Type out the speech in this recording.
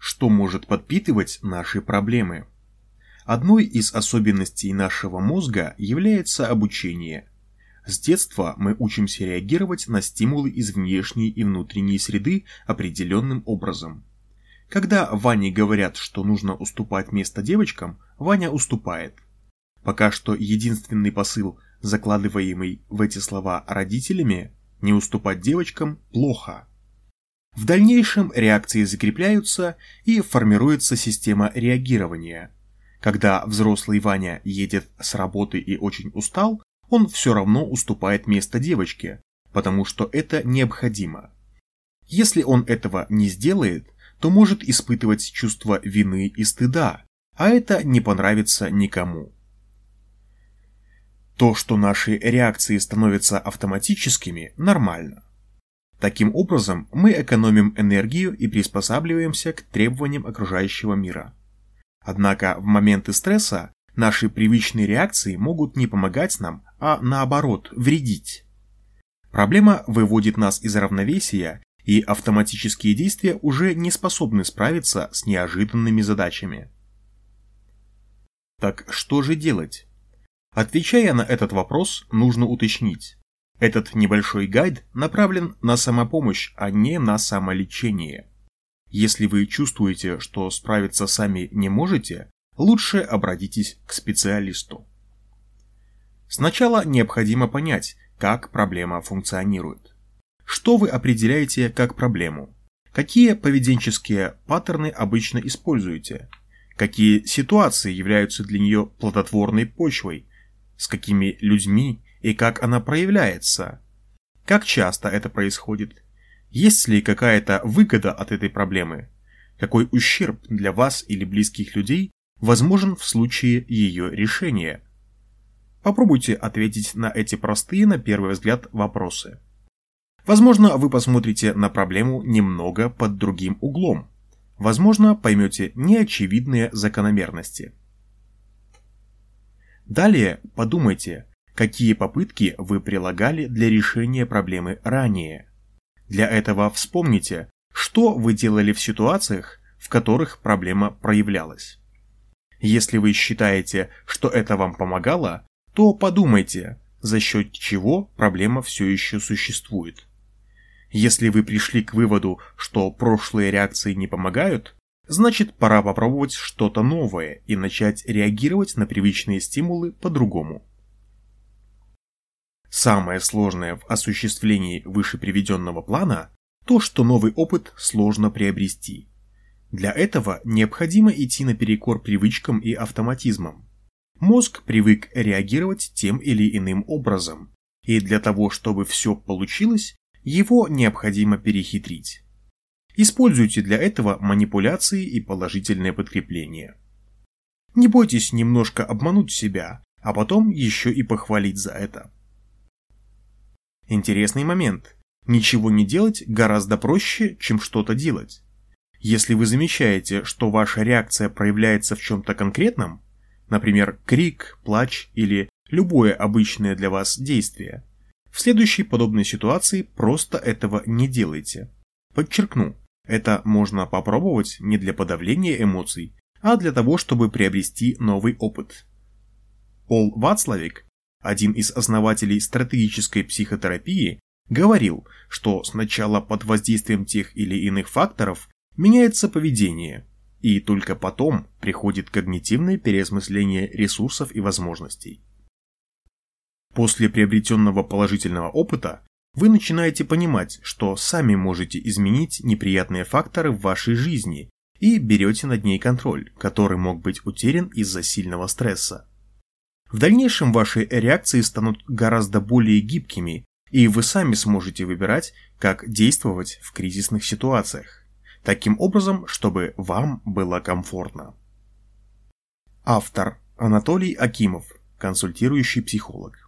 что может подпитывать наши проблемы. Одной из особенностей нашего мозга является обучение. С детства мы учимся реагировать на стимулы из внешней и внутренней среды определенным образом. Когда Ване говорят, что нужно уступать место девочкам, Ваня уступает. Пока что единственный посыл, закладываемый в эти слова родителями, не уступать девочкам плохо. В дальнейшем реакции закрепляются и формируется система реагирования. Когда взрослый Ваня едет с работы и очень устал, он все равно уступает место девочке, потому что это необходимо. Если он этого не сделает, то может испытывать чувство вины и стыда, а это не понравится никому. То, что наши реакции становятся автоматическими, нормально. Таким образом, мы экономим энергию и приспосабливаемся к требованиям окружающего мира. Однако в моменты стресса наши привычные реакции могут не помогать нам, а наоборот, вредить. Проблема выводит нас из равновесия, и автоматические действия уже не способны справиться с неожиданными задачами. Так что же делать? Отвечая на этот вопрос, нужно уточнить. Этот небольшой гайд направлен на самопомощь, а не на самолечение. Если вы чувствуете, что справиться сами не можете, лучше обратитесь к специалисту. Сначала необходимо понять, как проблема функционирует. Что вы определяете как проблему? Какие поведенческие паттерны обычно используете? Какие ситуации являются для нее плодотворной почвой? С какими людьми и как она проявляется? Как часто это происходит? Есть ли какая-то выгода от этой проблемы? Какой ущерб для вас или близких людей возможен в случае ее решения? Попробуйте ответить на эти простые, на первый взгляд, вопросы. Возможно, вы посмотрите на проблему немного под другим углом. Возможно, поймете неочевидные закономерности. Далее подумайте, какие попытки вы прилагали для решения проблемы ранее. Для этого вспомните, что вы делали в ситуациях, в которых проблема проявлялась. Если вы считаете, что это вам помогало, то подумайте, за счет чего проблема все еще существует. Если вы пришли к выводу, что прошлые реакции не помогают, значит, пора попробовать что-то новое и начать реагировать на привычные стимулы по-другому. Самое сложное в осуществлении выше приведенного плана – то, что новый опыт сложно приобрести. Для этого необходимо идти наперекор привычкам и автоматизмам. Мозг привык реагировать тем или иным образом, и для того, чтобы все получилось, его необходимо перехитрить. Используйте для этого манипуляции и положительное подкрепление. Не бойтесь немножко обмануть себя, а потом еще и похвалить за это. Интересный момент. Ничего не делать гораздо проще, чем что-то делать. Если вы замечаете, что ваша реакция проявляется в чем-то конкретном, например, крик, плач или любое обычное для вас действие, в следующей подобной ситуации просто этого не делайте. Подчеркну, это можно попробовать не для подавления эмоций, а для того, чтобы приобрести новый опыт. Пол Вацлавик, один из основателей стратегической психотерапии, говорил, что сначала под воздействием тех или иных факторов меняется поведение, и только потом приходит когнитивное переосмысление ресурсов и возможностей. После приобретенного положительного опыта вы начинаете понимать, что сами можете изменить неприятные факторы в вашей жизни и берете над ней контроль, который мог быть утерян из-за сильного стресса. В дальнейшем ваши реакции станут гораздо более гибкими, и вы сами сможете выбирать, как действовать в кризисных ситуациях, таким образом, чтобы вам было комфортно. Автор Анатолий Акимов, консультирующий психолог.